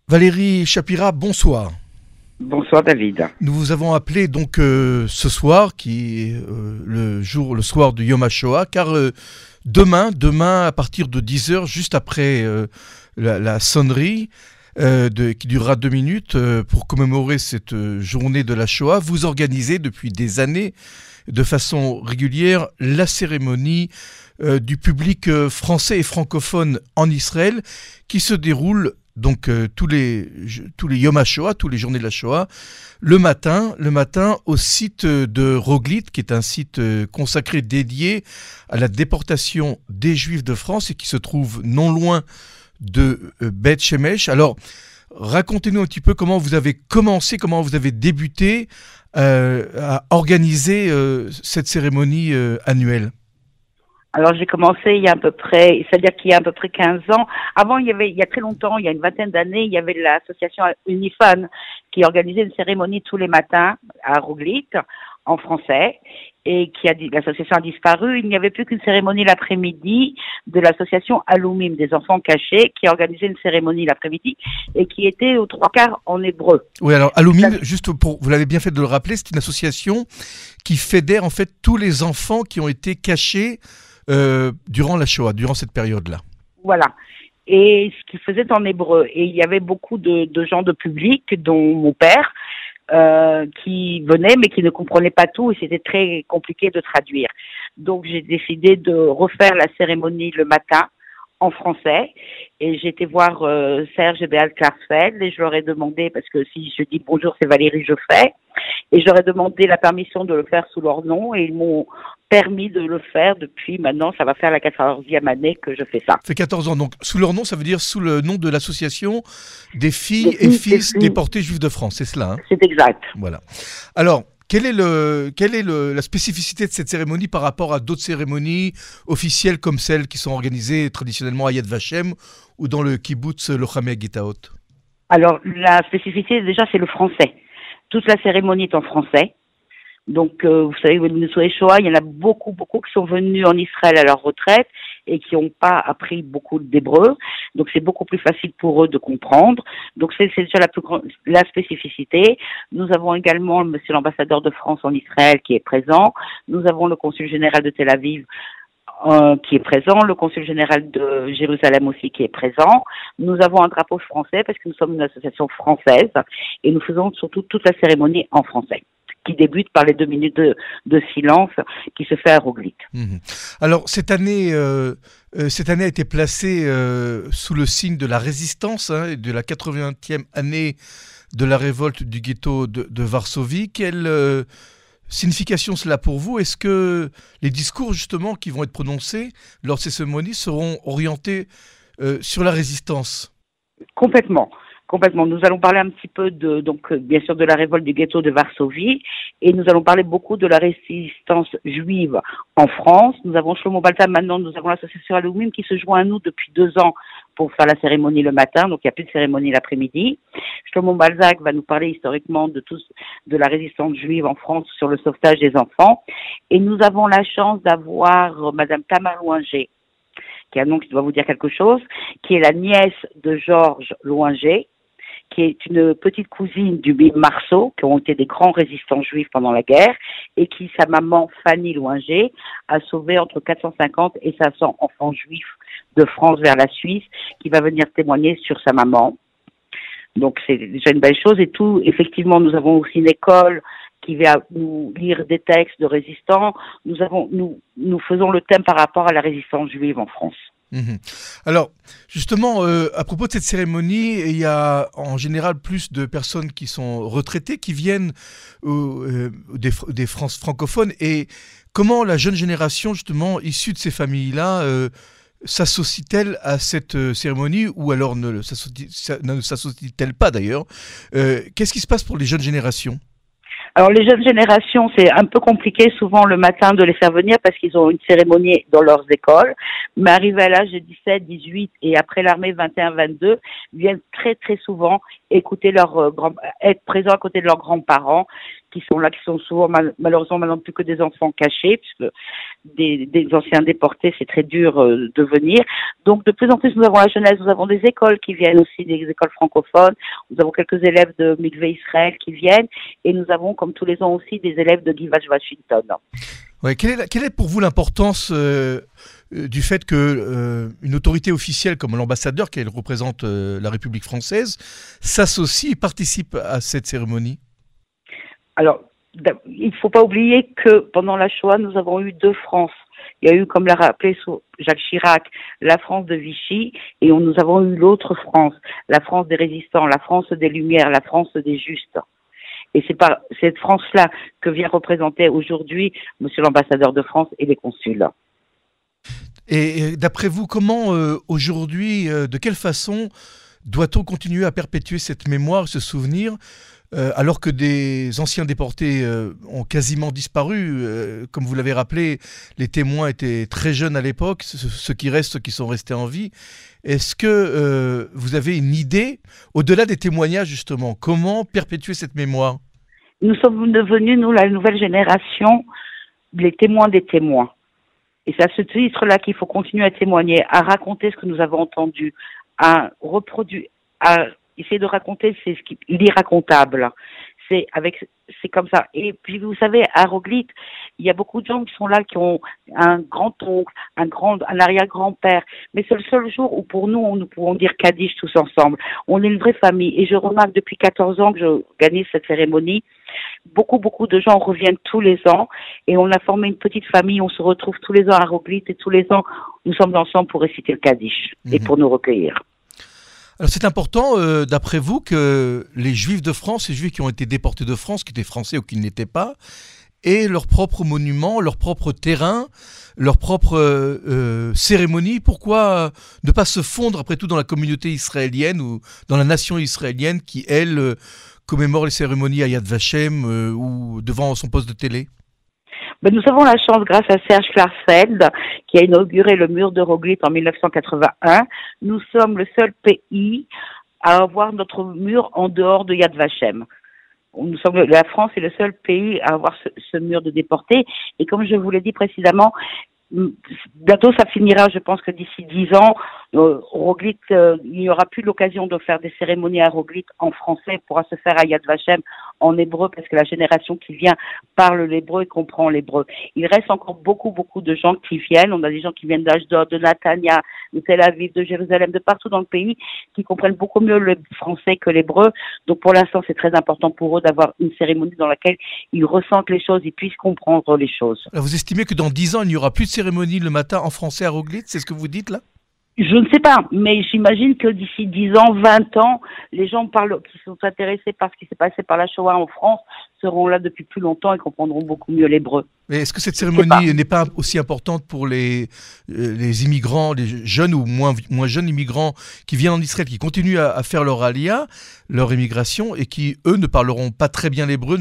Valérie Chapira, bonsoir. Bonsoir David. Nous vous avons appelé donc ce soir, qui est le soir du Yom HaShoah, car demain à partir de 10 heures, juste après la sonnerie, qui durera 2 minutes, pour commémorer cette journée de la Shoah, vous organisez depuis des années, de façon régulière, la cérémonie du public français et francophone en Israël, qui se déroule donc tous les Yom HaShoah, tous les journées de la Shoah, le matin au site de Roglit, qui est un site consacré, dédié à la déportation des Juifs de France et qui se trouve non loin de Beth Shemesh. Alors, racontez-nous un petit peu comment vous avez commencé, comment vous avez débuté à organiser cette cérémonie annuelle. Alors j'ai commencé il y a à peu près, c'est-à-dire qu'il y a à peu près 15 ans. Avant, il y a très longtemps, il y a une vingtaine d'années, il y avait l'association Unifan qui organisait une cérémonie tous les matins à Roglit en français et l'association a disparu. Il n'y avait plus qu'une cérémonie l'après-midi de l'association Alumim des enfants cachés qui organisait une cérémonie l'après-midi et qui était aux 3/4 en hébreu. Oui, alors Alumim, juste pour, vous l'avez bien fait de le rappeler, c'est une association qui fédère en fait tous les enfants qui ont été cachés durant la Shoah, durant cette période-là. Voilà. Et ce qu'ils faisaient en hébreu. Et il y avait beaucoup de gens de public, dont mon père, qui venaient mais qui ne comprenaient pas tout et c'était très compliqué de traduire. Donc j'ai décidé de refaire la cérémonie le matin en français et j'ai été voir Serge et Béal Klarsfeld et je leur ai demandé, parce que si je dis bonjour c'est Valérie je fais, et je leur ai demandé la permission de le faire sous leur nom et ils m'ont permis de le faire depuis maintenant, ça va faire la 14e année que je fais ça. Ça fait 14 ans, donc sous leur nom, ça veut dire sous le nom de l'association des filles et fils déportés juifs de France, c'est cela, hein? C'est exact. Voilà. Alors, quelle est la spécificité de cette cérémonie par rapport à d'autres cérémonies officielles comme celles qui sont organisées traditionnellement à Yad Vashem ou dans le kibbutz Lochamei Gitaot? Alors, la spécificité déjà c'est le français. Toute la cérémonie est en français. Donc, vous savez, les Shoah, il y en a beaucoup qui sont venus en Israël à leur retraite et qui n'ont pas appris beaucoup d'hébreu. Donc, c'est beaucoup plus facile pour eux de comprendre. Donc, c'est déjà la spécificité. Nous avons également monsieur l'ambassadeur de France en Israël qui est présent. Nous avons le consul général de Tel Aviv qui est présent, le consul général de Jérusalem aussi qui est présent. Nous avons un drapeau français parce que nous sommes une association française et nous faisons surtout toute la cérémonie en français, qui débute par les 2 minutes de silence qui se fait à Roglit. Alors, cette année a été placée sous le signe de la résistance, et de la 80e année de la révolte du ghetto de Varsovie. Quelle signification cela pour vous? Est-ce que les discours justement qui vont être prononcés lors de ces cérémonies seront orientés sur la résistance? Complètement. Nous allons parler un petit peu bien sûr de la révolte du ghetto de Varsovie et nous allons parler beaucoup de la résistance juive en France. Nous avons Shlomo Balza maintenant, nous avons l'association Alumim qui se joint à nous depuis 2 ans pour faire la cérémonie le matin, donc il n'y a plus de cérémonie l'après-midi. Shlomo Balzac va nous parler historiquement de la résistance juive en France sur le sauvetage des enfants. Et nous avons la chance d'avoir Madame Tamar Louinger, qui est un nom qui doit vous dire quelque chose, qui est la nièce de Georges Louinger, qui est une petite cousine du Bim Marceau, qui ont été des grands résistants juifs pendant la guerre, et qui, sa maman, Fanny Louinger, a sauvé entre 450 et 500 enfants juifs de France vers la Suisse, qui va venir témoigner sur sa maman. Donc c'est déjà une belle chose, et tout, effectivement, nous avons aussi une école qui va nous lire des textes de résistants. Nous faisons le thème par rapport à la résistance juive en France. Alors, justement, à propos de cette cérémonie, il y a en général plus de personnes qui sont retraitées, qui viennent des France francophones. Et comment la jeune génération, justement, issue de ces familles-là, s'associe-t-elle à cette cérémonie, ou alors ne s'associe-t-elle pas d'ailleurs? Qu'est-ce qui se passe pour les jeunes générations? Alors les jeunes générations, c'est un peu compliqué souvent le matin de les faire venir parce qu'ils ont une cérémonie dans leurs écoles, mais arrivés à l'âge de 17, 18 et après l'armée 21, 22, viennent très très souvent écouter être présents à côté de leurs grands-parents qui sont là, qui sont souvent malheureusement maintenant plus que des enfants cachés, puisque des anciens déportés, c'est très dur de venir. Donc de plus en plus, nous avons la jeunesse, nous avons des écoles qui viennent aussi, des écoles francophones, nous avons quelques élèves de Mikvé Israël qui viennent, et nous avon comme tous les ans aussi des élèves de Giv'at Washington. Ouais, quelle est pour vous l'importance du fait que une autorité officielle comme l'ambassadeur, qui représente la République française, s'associe et participe à cette cérémonie? Alors, il ne faut pas oublier que pendant la Shoah, nous avons eu deux France. Il y a eu, comme l'a rappelé Jacques Chirac, la France de Vichy, et nous avons eu l'autre France, la France des résistants, la France des Lumières, la France des justes. Et c'est par cette France-là que vient représenter aujourd'hui Monsieur l'ambassadeur de France et les consuls. Et d'après vous, comment aujourd'hui, de quelle façon doit-on continuer à perpétuer cette mémoire, ce souvenir, alors que des anciens déportés ont quasiment disparu? Comme vous l'avez rappelé, les témoins étaient très jeunes à l'époque, ceux qui restent, ceux qui sont restés en vie. Est-ce que vous avez une idée, au-delà des témoignages justement, comment perpétuer cette mémoire? Nous sommes devenus, nous, la nouvelle génération, les témoins des témoins. Et c'est à ce titre-là qu'il faut continuer à témoigner, à raconter ce que nous avons entendu, à reproduire, à essayer de raconter l'irracontable. C'est comme ça. Et puis, vous savez, à Roglic, il y a beaucoup de gens qui sont là, qui ont un grand-oncle, un arrière-grand-père. Mais c'est le seul jour où, pour nous, nous pouvons dire Kaddish tous ensemble. On est une vraie famille. Et je remarque depuis 14 ans que je organise cette cérémonie, beaucoup de gens reviennent tous les ans. Et on a formé une petite famille. On se retrouve tous les ans à Roglic. Et tous les ans, nous sommes ensemble pour réciter le Kaddish et pour nous recueillir. Alors c'est important, d'après vous, que les Juifs de France, les Juifs qui ont été déportés de France, qui étaient français ou qui ne l'étaient pas, aient leur propre monument, leur propre terrain, leur propre cérémonie. Pourquoi ne pas se fondre, après tout, dans la communauté israélienne ou dans la nation israélienne qui, elle, commémore les cérémonies à Yad Vashem ou devant son poste de télé? Nous avons la chance, grâce à Serge Klarsfeld, qui a inauguré le mur de Roglic en 1981. Nous sommes le seul pays à avoir notre mur en dehors de Yad Vashem. La France est le seul pays à avoir ce mur de déportés. Et comme je vous l'ai dit précédemment, bientôt ça finira, je pense que d'ici 10 ans, Roglic, il n'y aura plus l'occasion de faire des cérémonies à Roglic en français, pourra se faire à Yad Vashem en hébreu, parce que la génération qui vient parle l'hébreu et comprend l'hébreu. Il reste encore beaucoup de gens qui viennent. On a des gens qui viennent d'Ashdod, de Natania, de Tel Aviv, de Jérusalem, de partout dans le pays, qui comprennent beaucoup mieux le français que l'hébreu. Donc pour l'instant, c'est très important pour eux d'avoir une cérémonie dans laquelle ils ressentent les choses, ils puissent comprendre les choses. Alors vous estimez que dans 10 ans, il n'y aura plus de cérémonie le matin en français à Roglic? C'est ce que vous dites là? Je ne sais pas, mais j'imagine que d'ici 10 ans, 20 ans, les gens qui sont intéressés par ce qui s'est passé par la Shoah en France seront là depuis plus longtemps et comprendront beaucoup mieux l'hébreu. Mais est-ce que cette cérémonie n'est pas aussi importante pour les immigrants, les jeunes ou moins jeunes immigrants qui viennent en Israël, qui continuent à faire leur aliyah, leur immigration, et qui, eux, ne parleront pas très bien l'hébreu,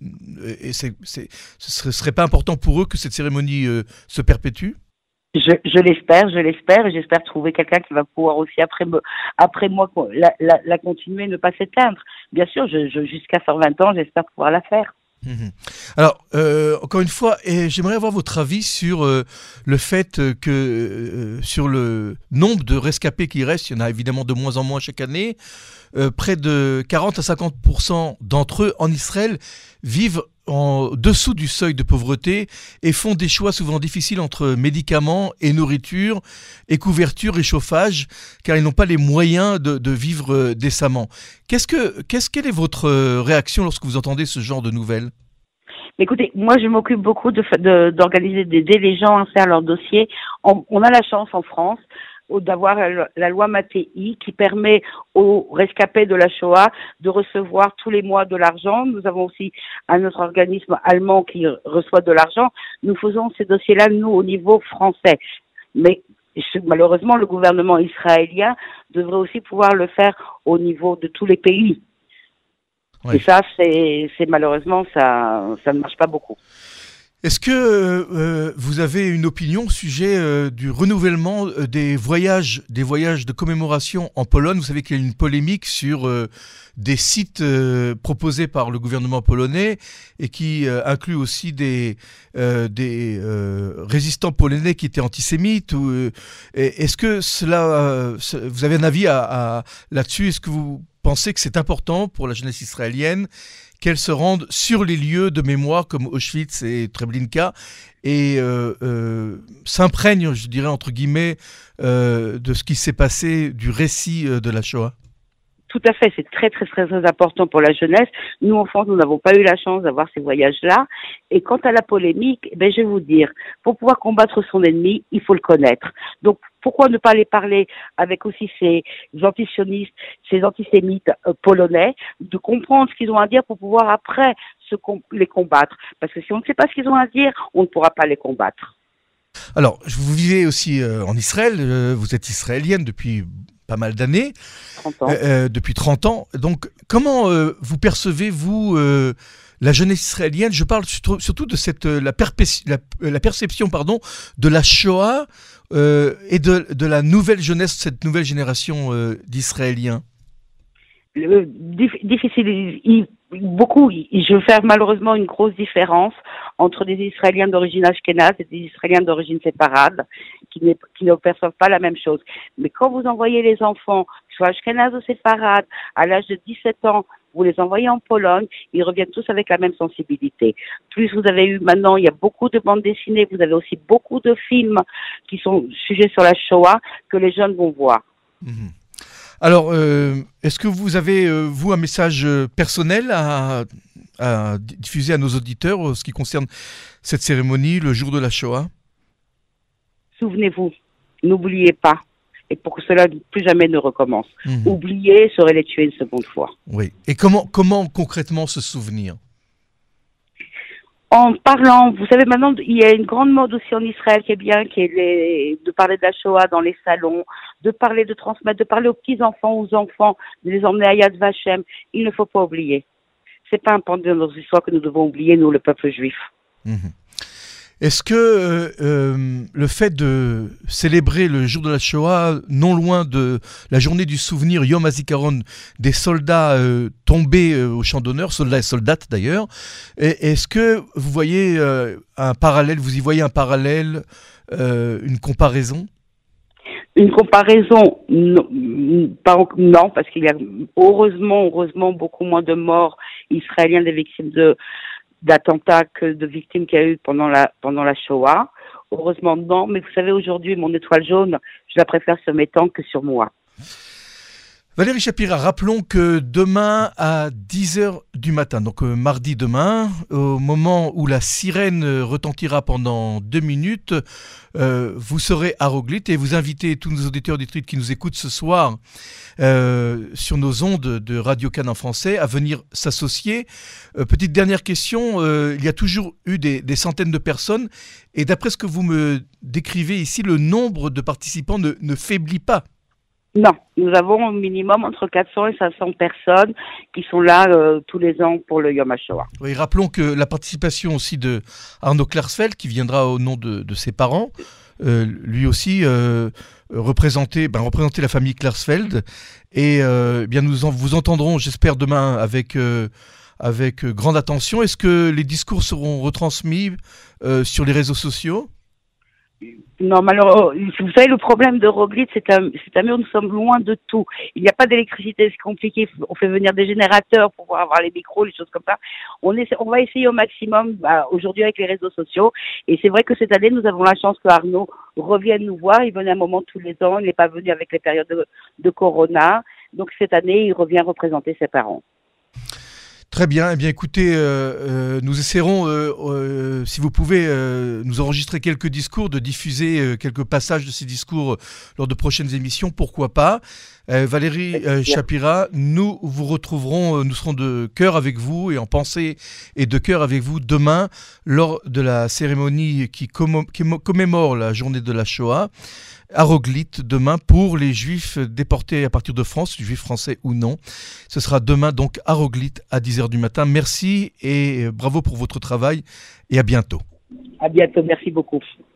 ce serait pas important pour eux que cette cérémonie se perpétue? Je l'espère, et j'espère trouver quelqu'un qui va pouvoir aussi après moi la continuer et ne pas s'éteindre. Bien sûr, jusqu'à faire 20 ans, j'espère pouvoir la faire. Alors, encore une fois, j'aimerais avoir votre avis sur le fait que, sur le nombre de rescapés qui restent, il y en a évidemment de moins en moins chaque année, près de 40 à 50% d'entre eux en Israël vivent en dessous du seuil de pauvreté et font des choix souvent difficiles entre médicaments et nourriture et couverture et chauffage, car ils n'ont pas les moyens de vivre décemment. Quelle est votre réaction lorsque vous entendez ce genre de nouvelles? Écoutez, moi je m'occupe beaucoup d'organiser, d'aider les gens à faire leur dossier. On a la chance en France d'avoir la loi Mattei qui permet aux rescapés de la Shoah de recevoir tous les mois de l'argent. Nous avons aussi un autre organisme allemand qui reçoit de l'argent. Nous faisons ces dossiers-là, nous, au niveau français. Mais malheureusement, le gouvernement israélien devrait aussi pouvoir le faire au niveau de tous les pays. Oui. Et ça, c'est malheureusement, ça ne marche pas beaucoup. Est-ce que vous avez une opinion au sujet du renouvellement des voyages de commémoration en Pologne? Vous savez qu'il y a une polémique sur des sites proposés par le gouvernement polonais et qui inclut aussi des résistants polonais qui étaient antisémites. Est-ce que vous avez un avis là-dessus? Est-ce que vous pensez que c'est important pour la jeunesse israélienne qu'elle se rende sur les lieux de mémoire comme Auschwitz et Treblinka et s'imprègne, je dirais entre guillemets, de ce qui s'est passé, du récit de la Shoah? Tout à fait, c'est très, très, très, très important pour la jeunesse. Nous, en France, nous n'avons pas eu la chance d'avoir ces voyages-là. Et quant à la polémique, je vais vous dire, pour pouvoir combattre son ennemi, il faut le connaître. Donc, pourquoi ne pas les parler avec aussi ces antisionistes, ces antisémites polonais, de comprendre ce qu'ils ont à dire pour pouvoir après les combattre. Parce que si on ne sait pas ce qu'ils ont à dire, on ne pourra pas les combattre. Alors, vous vivez aussi en Israël, vous êtes israélienne depuis pas mal d'années, 30 ans. Depuis 30 ans. Donc, comment vous percevez, vous, la jeunesse israélienne? Je parle surtout de la perception de la Shoah et de la nouvelle jeunesse, cette nouvelle génération d'Israéliens. Difficile. Je veux faire malheureusement une grosse différence entre des Israéliens d'origine ashkénaze et des Israéliens d'origine séfarade qui ne perçoivent pas la même chose. Mais quand vous envoyez les enfants, soit ashkénazes ou séfarades, à l'âge de 17 ans, vous les envoyez en Pologne, ils reviennent tous avec la même sensibilité. Plus vous avez eu maintenant, il y a beaucoup de bandes dessinées, vous avez aussi beaucoup de films qui sont sujets sur la Shoah que les jeunes vont voir. Mmh. Alors, est-ce que vous avez, vous, un message personnel à diffuser à nos auditeurs en ce qui concerne cette cérémonie, le jour de la Shoah? Souvenez-vous, n'oubliez pas, et pour que cela plus jamais ne recommence. Oublier serait les tuer une seconde fois. Oui. Et comment concrètement se souvenir? En parlant, vous savez, maintenant, il y a une grande mode aussi en Israël qui est bien, de parler de la Shoah dans les salons, de transmettre, de parler aux petits-enfants, aux enfants, de les emmener à Yad Vashem. Il ne faut pas oublier. C'est pas un pan de nos histoires que nous devons oublier, nous, le peuple juif. Est-ce que le fait de célébrer le jour de la Shoah, non loin de la journée du souvenir, Yom HaZikaron, des soldats tombés au champ d'honneur, soldats et soldates d'ailleurs, est-ce que vous voyez un parallèle, une comparaison? Une comparaison, non, parce qu'il y a heureusement beaucoup moins de morts israéliens des victimes d'attentats que de victimes qu'il y a eu pendant la Shoah. Heureusement non, mais vous savez, aujourd'hui, mon étoile jaune, je la préfère sur mes tanks que sur moi. Valérie Shapira, rappelons que demain à 10h du matin, donc mardi demain, au moment où la sirène retentira pendant 2 minutes, vous serez à Roglit et vous invitez tous nos auditeurs auditrices qui nous écoutent ce soir sur nos ondes de Radio Cannes en français à venir s'associer. Petite dernière question, il y a toujours eu des centaines de personnes et d'après ce que vous me décrivez ici, le nombre de participants ne faiblit pas. Non, nous avons au minimum entre 400 et 500 personnes qui sont là tous les ans pour le Yom HaShoah. Oui, rappelons que la participation aussi de Arno Klarsfeld, qui viendra au nom de ses parents, lui aussi représenter la famille Klarsfeld. Et bien nous vous entendrons, j'espère, demain avec grande attention. Est-ce que les discours seront retransmis sur les réseaux sociaux? Non, malheureusement, vous savez, le problème de Roglit, c'est un mur, nous sommes loin de tout. Il n'y a pas d'électricité, c'est compliqué. On fait venir des générateurs pour pouvoir avoir les micros, les choses comme ça. On va essayer au maximum, aujourd'hui avec les réseaux sociaux. Et c'est vrai que cette année, nous avons la chance que Arnaud revienne nous voir. Il venait un moment tous les ans. Il n'est pas venu avec les périodes de Corona. Donc cette année, il revient représenter ses parents. Très bien. Eh bien, écoutez, nous essaierons, si vous pouvez, nous enregistrer quelques discours, de diffuser quelques passages de ces discours lors de prochaines émissions. Pourquoi pas? Valérie Shapira, nous vous retrouverons, nous serons de cœur avec vous et en pensée et de cœur avec vous demain lors de la cérémonie qui commémore la journée de la Shoah à Roglit demain pour les Juifs déportés à partir de France, Juifs français ou non. Ce sera demain donc à Roglit à 10h du matin. Merci et bravo pour votre travail et à bientôt. À bientôt. Merci beaucoup.